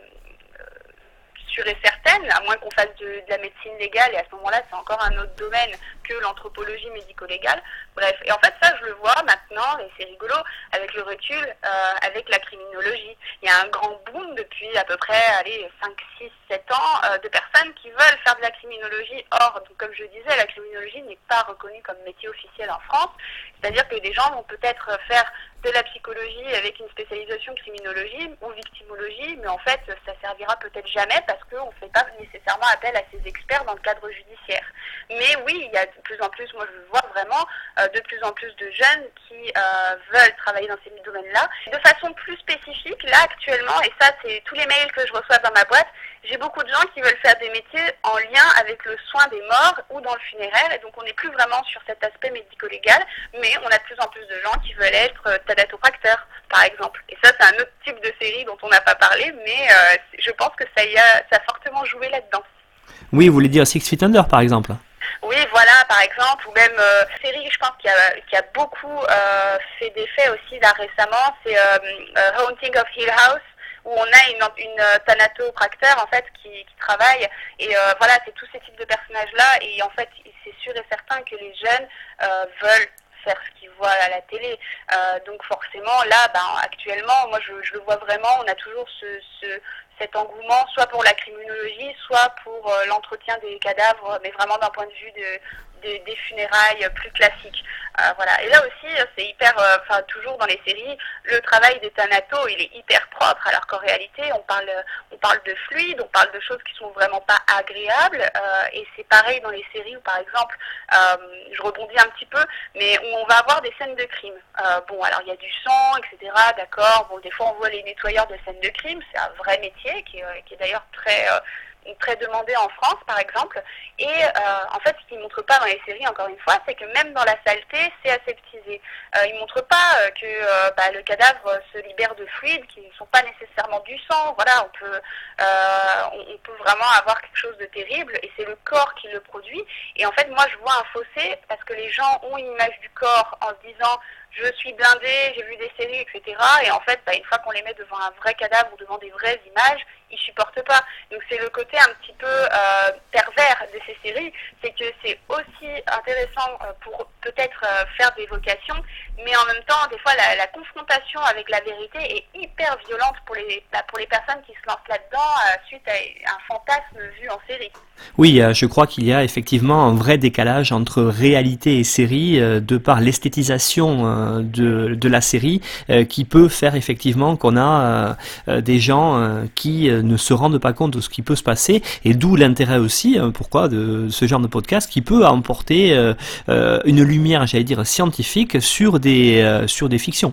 sûre et certaine, à moins qu'on fasse de, de la médecine légale, et à ce moment-là, c'est encore un autre domaine que l'anthropologie médico-légale. Bref, et en fait, ça, je le vois maintenant, et c'est rigolo, avec le recul, euh, avec la criminologie. Il y a un grand boom depuis à peu près, allez, cinq, six, sept ans, euh, de personnes qui veulent faire de la criminologie. Or, donc, comme je disais, la criminologie n'est pas reconnue comme métier officiel en France, c'est-à-dire que des gens vont peut-être faire de la psychologie psychologie avec une spécialisation criminologie ou victimologie, mais en fait, ça servira peut-être jamais parce qu'on ne fait pas nécessairement appel à ces experts dans le cadre judiciaire. Mais oui, il y a de plus en plus, moi je vois vraiment euh, de plus en plus de jeunes qui euh, veulent travailler dans ces domaines-là. De façon plus spécifique, là actuellement, et ça c'est tous les mails que je reçois dans ma boîte, j'ai beaucoup de gens qui veulent faire des métiers en lien avec le soin des morts ou dans le funéraire, et donc on n'est plus vraiment sur cet aspect médico-légal, mais on a de plus en plus de gens qui veulent être thanatopracteurs, par exemple. Et ça, c'est un autre type de série dont on n'a pas parlé, mais euh, je pense que ça, y a, ça a fortement joué là-dedans. Oui, vous voulez dire Six Feet Under, par exemple? Oui, voilà, par exemple, ou même euh, série, je pense qu'il y a, qu'il y a beaucoup euh, fait des faits aussi là récemment, c'est euh, euh, Haunting of Hill House, où on a une, une euh, thanatopracteur en fait qui, qui travaille, et euh, voilà, c'est tous ces types de personnages-là, et en fait, c'est sûr et certain que les jeunes euh, veulent faire ce qu'ils voient à la télé. Euh, donc forcément, là, ben, actuellement, moi je, je le vois vraiment, on a toujours ce, ce, cet engouement, soit pour la criminologie, soit pour euh, l'entretien des cadavres, mais vraiment d'un point de vue de, de, des funérailles plus classiques. Euh, voilà. Et là aussi, c'est hyper, enfin euh, toujours dans les séries, le travail des thanatos, il est hyper propre, alors qu'en réalité, on parle, on parle de fluide, on parle de choses qui sont vraiment pas agréables, euh, et c'est pareil dans les séries où, par exemple, euh, je rebondis un petit peu, mais où on va avoir des scènes de crime. Euh, bon, alors il y a du sang, et cetera. D'accord. Bon, des fois on voit les nettoyeurs de scènes de crime, c'est un vrai métier qui est, qui est d'ailleurs très euh, très demandé en France, par exemple. Et euh, en fait, ce qu'ils ne montrent pas dans les séries, encore une fois, c'est que même dans la saleté, c'est aseptisé. Euh, ils ne montrent pas euh, que euh, bah, le cadavre se libère de fluides qui ne sont pas nécessairement du sang. Voilà, on peut, euh, on, on peut vraiment avoir quelque chose de terrible, et c'est le corps qui le produit. Et en fait, moi, je vois un fossé parce que les gens ont une image du corps en se disant je suis blindée, j'ai vu des séries, et cetera. Et en fait, bah, une fois qu'on les met devant un vrai cadavre ou devant des vraies images, ils supportent pas. Donc c'est le côté un petit peu euh, pervers de ces séries, c'est que c'est aussi intéressant euh, pour peut-être euh, faire des vocations, mais en même temps, des fois, la, la confrontation avec la vérité est hyper violente pour les, bah, pour les personnes qui se lancent là-dedans euh, suite à un fantasme vu en série. Oui, euh, je crois qu'il y a effectivement un vrai décalage entre réalité et série, euh, de par l'esthétisation euh, de, de la série, euh, qui peut faire effectivement qu'on a euh, des gens euh, qui euh, ne se rendent pas compte de ce qui peut se passer, et d'où l'intérêt aussi, euh, pourquoi, de ce genre de podcast qui peut emporter euh, euh, une lumière, j'allais dire, scientifique sur des, euh, sur des fictions.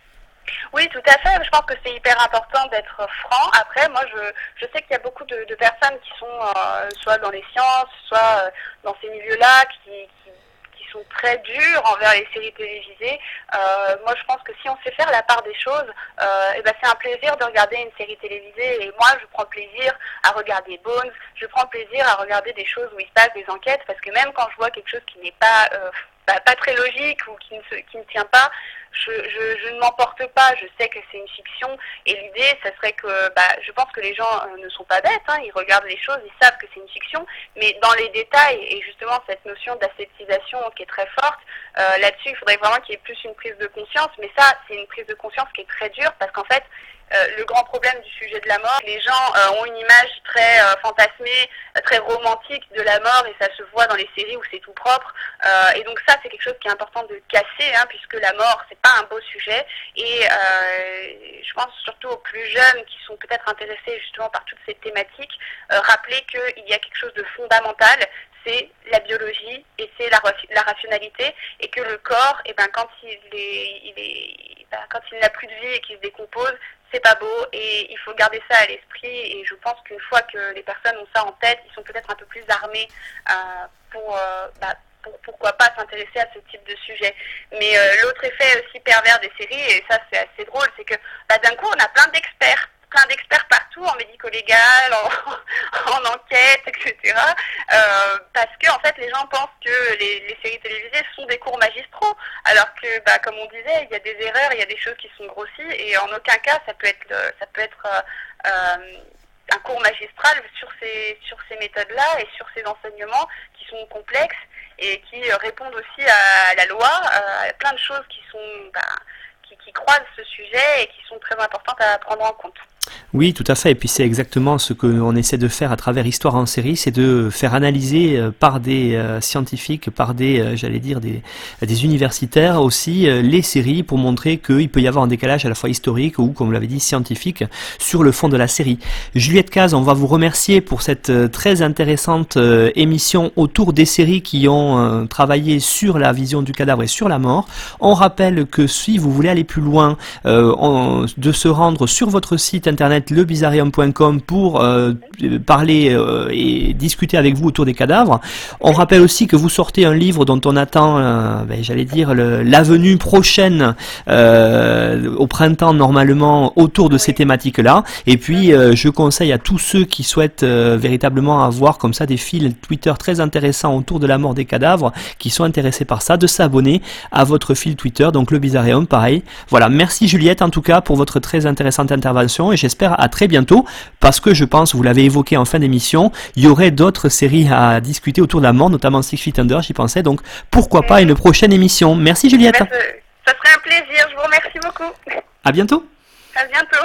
Oui, tout à fait. Je pense que c'est hyper important d'être franc. Après, moi, je, je sais qu'il y a beaucoup de, de personnes qui sont euh, soit dans les sciences, soit euh, dans ces milieux-là, qui, qui, qui sont très durs envers les séries télévisées. Euh, moi, je pense que si on sait faire la part des choses, euh, et ben, c'est un plaisir de regarder une série télévisée. Et moi, je prends plaisir à regarder Bones. Je prends plaisir à regarder des choses où il se passe des enquêtes, parce que même quand je vois quelque chose qui n'est pas euh, bah, pas très logique ou qui ne, se, qui ne tient pas, je, je, je ne m'emporte pas, je sais que c'est une fiction, et l'idée, ça serait que, bah, je pense que les gens euh, ne sont pas bêtes, hein, ils regardent les choses, ils savent que c'est une fiction, mais dans les détails, et justement cette notion d'aseptisation qui est très forte, euh, là-dessus, il faudrait vraiment qu'il y ait plus une prise de conscience, mais ça, c'est une prise de conscience qui est très dure, parce qu'en fait, Euh, le grand problème du sujet de la mort, les gens euh, ont une image très euh, fantasmée, euh, très romantique de la mort, et ça se voit dans les séries où c'est tout propre. Euh, et donc ça, c'est quelque chose qui est important de casser, hein, puisque la mort, c'est pas un beau sujet. Et euh, je pense surtout aux plus jeunes qui sont peut-être intéressés justement par toutes ces thématiques, euh, rappeler qu'il y a quelque chose de fondamental, c'est la biologie et c'est la, la rationalité, et que le corps, et ben, quand il est, il est, ben, quand il n'a plus de vie et qu'il se décompose, c'est pas beau, et il faut garder ça à l'esprit. Et je pense qu'une fois que les personnes ont ça en tête, ils sont peut-être un peu plus armés euh, pour, euh, bah, pour pourquoi pas s'intéresser à ce type de sujet. Mais euh, l'autre effet aussi pervers des séries, et ça c'est assez drôle, c'est que bah, d'un coup on a plein d'experts plein d'experts partout, en médico-légal, en, en enquête, et cetera. Euh, parce que en fait, les gens pensent que les, les séries télévisées sont des cours magistraux, alors que, bah, comme on disait, il y a des erreurs, il y a des choses qui sont grossies, et en aucun cas, ça peut être, ça peut être euh, euh, un cours magistral sur ces, sur ces méthodes-là et sur ces enseignements qui sont complexes et qui répondent aussi à la loi, à plein de choses qui sont, bah, qui, qui croisent ce sujet et qui sont très importantes à prendre en compte. Oui, tout à fait. Et puis c'est exactement ce qu'on essaie de faire à travers Histoire en série, c'est de faire analyser euh, par des euh, scientifiques, par des, euh, j'allais dire, des, des universitaires aussi, euh, les séries pour montrer qu'il peut y avoir un décalage à la fois historique ou, comme vous l'avez dit, scientifique sur le fond de la série. Juliette Caz, on va vous remercier pour cette euh, très intéressante euh, émission autour des séries qui ont euh, travaillé sur la vision du cadavre et sur la mort. On rappelle que si vous voulez aller plus loin, euh, on, de se rendre sur votre site internet le bizarrium point com pour euh, parler euh, et discuter avec vous autour des cadavres. On rappelle aussi que vous sortez un livre dont on attend, euh, ben, j'allais dire, le, la venue prochaine euh, au printemps normalement autour de ces thématiques-là. Et puis, euh, je conseille à tous ceux qui souhaitent euh, véritablement avoir comme ça des fils Twitter très intéressants autour de la mort des cadavres, qui sont intéressés par ça, de s'abonner à votre fil Twitter, donc le Bizarrium, pareil. Voilà, merci Juliette en tout cas pour votre très intéressante intervention et j'espère à très bientôt parce que je pense, vous l'avez évoqué en fin d'émission, il y aurait d'autres séries à discuter autour de la mort, notamment Six Feet Under, j'y pensais, donc pourquoi pas une prochaine émission. Merci Juliette. Ça serait un plaisir, je vous remercie beaucoup. À bientôt. À bientôt.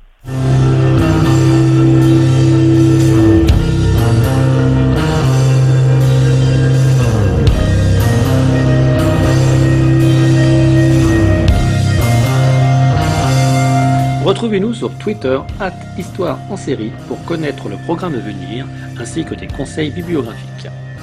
Retrouvez-nous sur Twitter arobase Histoire en série pour connaître le programme à venir ainsi que des conseils bibliographiques.